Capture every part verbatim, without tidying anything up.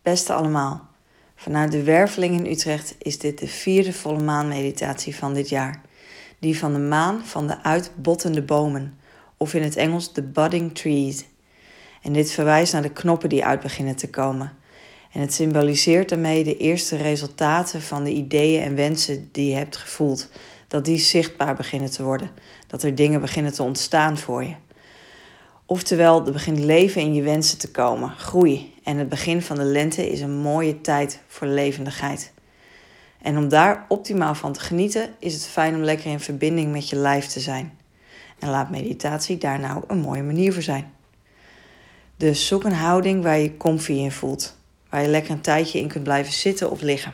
Beste allemaal, vanuit de Werveling in Utrecht is dit de vierde volle maanmeditatie van dit jaar. Die van de maan van de uitbottende bomen, of in het Engels de budding trees. En dit verwijst naar de knoppen die uit beginnen te komen. En het symboliseert daarmee de eerste resultaten van de ideeën en wensen die je hebt gevoeld. Dat die zichtbaar beginnen te worden. Dat er dingen beginnen te ontstaan voor je. Oftewel, er begint leven in je wensen te komen, groei. En het begin van de lente is een mooie tijd voor levendigheid. En om daar optimaal van te genieten, is het fijn om lekker in verbinding met je lijf te zijn. En laat meditatie daar nou een mooie manier voor zijn. Dus zoek een houding waar je je comfy in voelt. Waar je lekker een tijdje in kunt blijven zitten of liggen.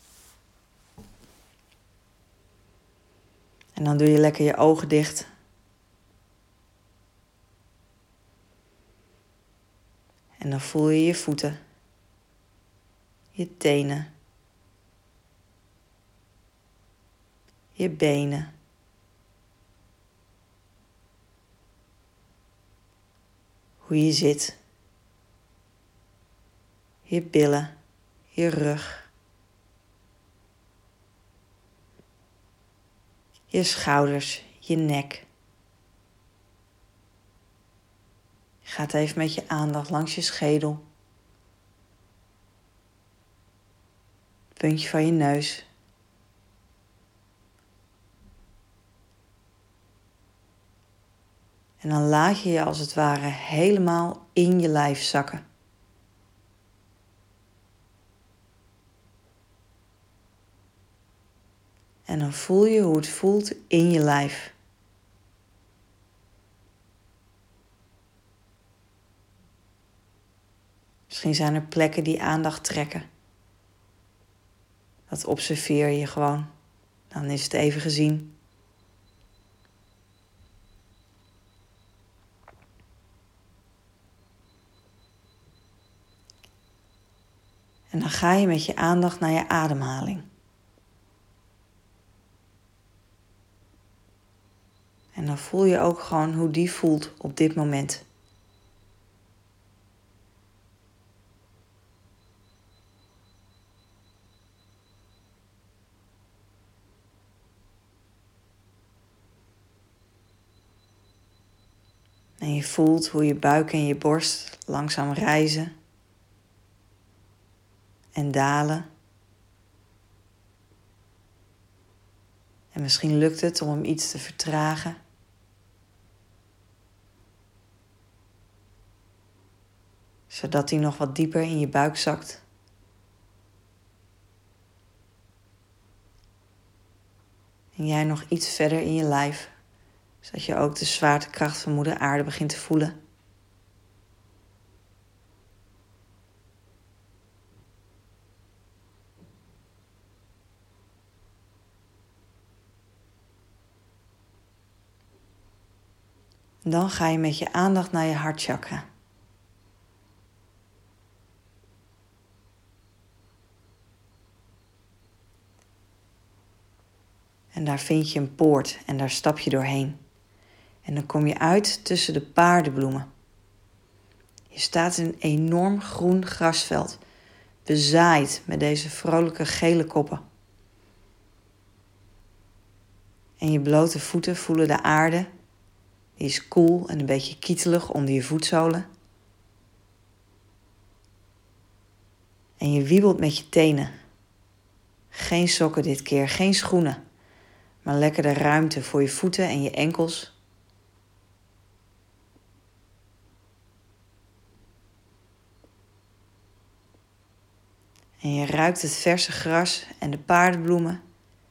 En dan doe je lekker je ogen dicht. En dan voel je je voeten, je tenen, je benen, hoe je zit, je billen, je rug, je schouders, je nek. Je gaat even met je aandacht langs je schedel, het puntje van je neus. En dan laat je je als het ware helemaal in je lijf zakken. En dan voel je hoe het voelt in je lijf. Misschien zijn er plekken die aandacht trekken. Dat observeer je gewoon. Dan is het even gezien. En dan ga je met je aandacht naar je ademhaling. En dan voel je ook gewoon hoe die voelt op dit moment. En je voelt hoe je buik en je borst langzaam rijzen en dalen. En misschien lukt het om hem iets te vertragen. Zodat hij nog wat dieper in je buik zakt. En jij nog iets verder in je lijf. Zodat je ook de zwaartekracht van moeder aarde begint te voelen. En dan ga je met je aandacht naar je hartchakra. En daar vind je een poort en daar stap je doorheen. En dan kom je uit tussen de paardenbloemen. Je staat in een enorm groen grasveld, bezaaid met deze vrolijke gele koppen. En je blote voeten voelen de aarde, die is koel en een beetje kietelig onder je voetzolen. En je wiebelt met je tenen. Geen sokken dit keer, geen schoenen, maar lekker de ruimte voor je voeten en je enkels. En je ruikt het verse gras en de paardenbloemen.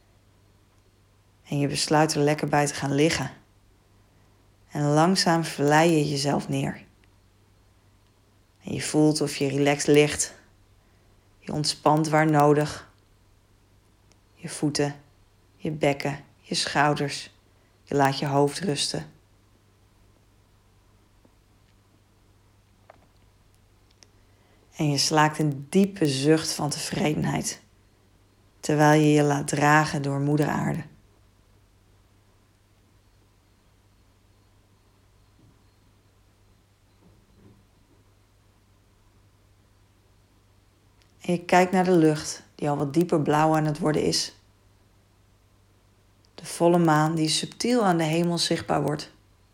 En je besluit er lekker bij te gaan liggen. En langzaam verlei je jezelf neer. En je voelt of je relaxed ligt. Je ontspant waar nodig. Je voeten, je bekken, je schouders. Je laat je hoofd rusten. En je slaakt een diepe zucht van tevredenheid. Terwijl je je laat dragen door moeder aarde. En je kijkt naar de lucht, die al wat dieper blauw aan het worden is. De volle maan die subtiel aan de hemel zichtbaar wordt.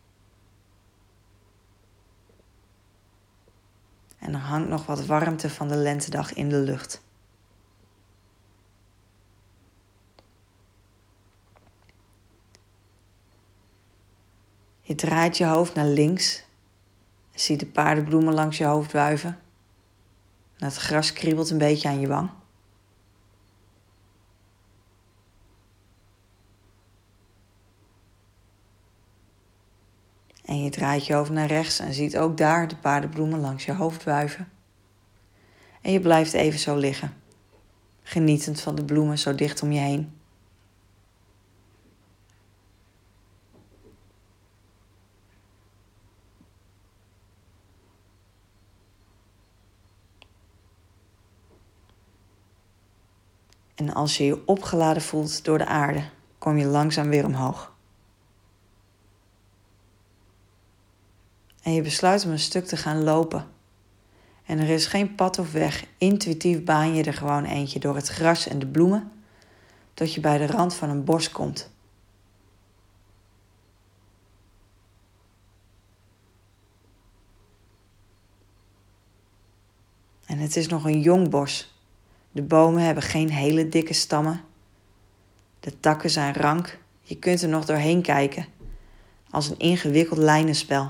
En er hangt nog wat warmte van de lentedag in de lucht. Je draait je hoofd naar links en ziet de paardenbloemen langs je hoofd wuiven. En het gras kriebelt een beetje aan je wang. En je draait je hoofd naar rechts en ziet ook daar de paardenbloemen langs je hoofd wuiven. En je blijft even zo liggen, genietend van de bloemen zo dicht om je heen. En als je je opgeladen voelt door de aarde, kom je langzaam weer omhoog. En je besluit om een stuk te gaan lopen. En er is geen pad of weg, intuïtief baan je er gewoon eentje door het gras en de bloemen, tot je bij de rand van een bos komt. En het is nog een jong bos. De bomen hebben geen hele dikke stammen. De takken zijn rank. Je kunt er nog doorheen kijken, als een ingewikkeld lijnenspel.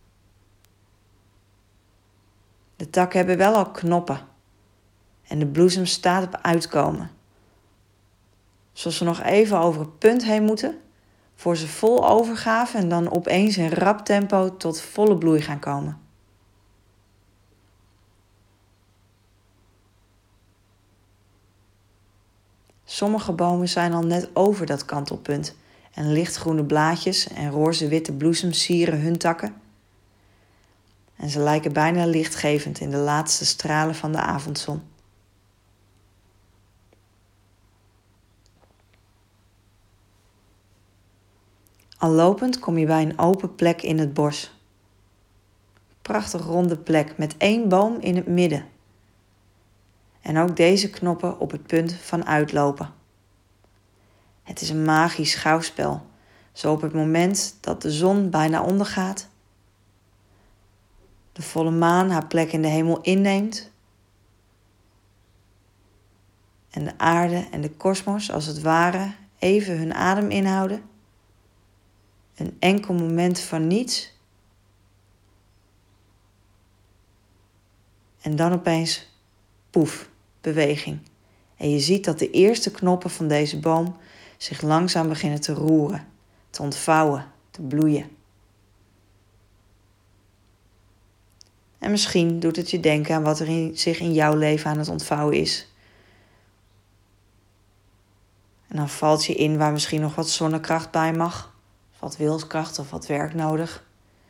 De takken hebben wel al knoppen. En de bloesem staat op uitkomen. Zoals ze nog even over het punt heen moeten, voor ze vol overgaven en dan opeens in rap tempo tot volle bloei gaan komen. Sommige bomen zijn al net over dat kantelpunt en lichtgroene blaadjes en roze-witte bloesems sieren hun takken. En ze lijken bijna lichtgevend in de laatste stralen van de avondzon. Al lopend kom je bij een open plek in het bos. Prachtig ronde plek met één boom in het midden. En ook deze knoppen op het punt van uitlopen. Het is een magisch schouwspel. Zo op het moment dat de zon bijna ondergaat, de volle maan haar plek in de hemel inneemt en de aarde en de kosmos als het ware even hun adem inhouden. Een enkel moment van niets. En dan opeens, poef, beweging. En je ziet dat de eerste knoppen van deze boom zich langzaam beginnen te roeren, te ontvouwen, te bloeien. En misschien doet het je denken aan wat er in, zich in jouw leven aan het ontvouwen is. En dan valt je in waar misschien nog wat zonnekracht bij mag, of wat wilskracht of wat werk nodig.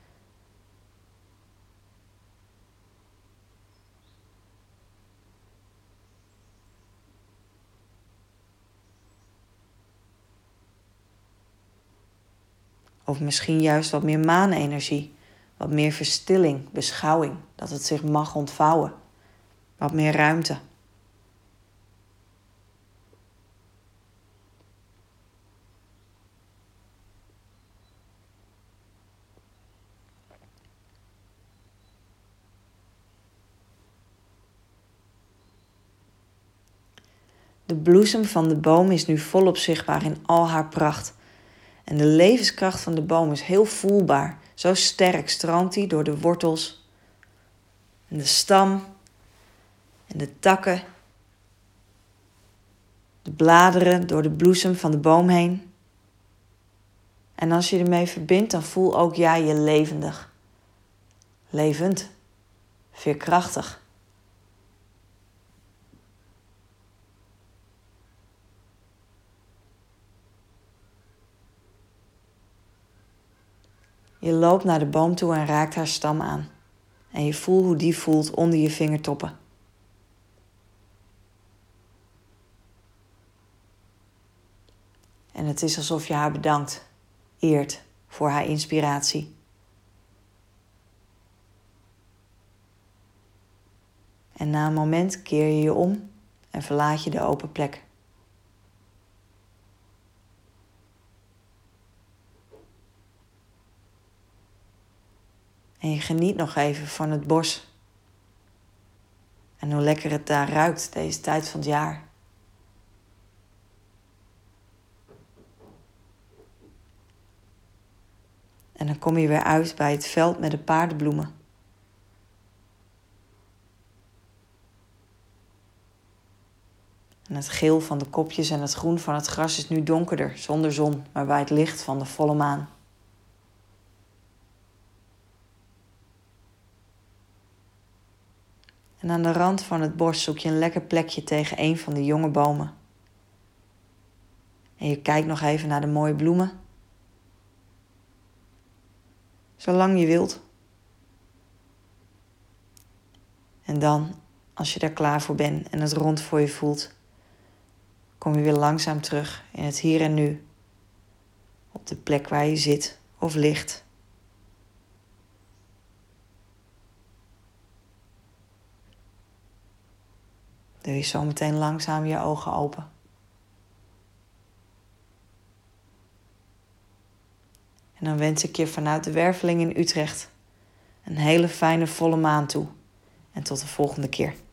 Of misschien juist wat meer maanenergie, wat meer verstilling, beschouwing, dat het zich mag ontvouwen, wat meer ruimte. De bloesem van de boom is nu volop zichtbaar in al haar pracht. En de levenskracht van de boom is heel voelbaar. Zo sterk stroomt die door de wortels en de stam en de takken, de bladeren door de bloesem van de boom heen. En als je ermee verbindt, dan voel ook jij je levendig, levend, veerkrachtig. Je loopt naar de boom toe en raakt haar stam aan. En je voelt hoe die voelt onder je vingertoppen. En het is alsof je haar bedankt, eert voor haar inspiratie. En na een moment keer je je om en verlaat je de open plek. En je geniet nog even van het bos. En hoe lekker het daar ruikt deze tijd van het jaar. En dan kom je weer uit bij het veld met de paardenbloemen. En het geel van de kopjes en het groen van het gras is nu donkerder, zonder zon, maar bij het licht van de volle maan. En aan de rand van het bos zoek je een lekker plekje tegen een van de jonge bomen. En je kijkt nog even naar de mooie bloemen. Zolang je wilt. En dan, als je daar klaar voor bent en het rond voor je voelt, kom je weer langzaam terug in het hier en nu. Op de plek waar je zit of ligt. Doe je zo meteen langzaam je ogen open. En dan wens ik je vanuit de Werveling in Utrecht een hele fijne volle maan toe. En tot de volgende keer.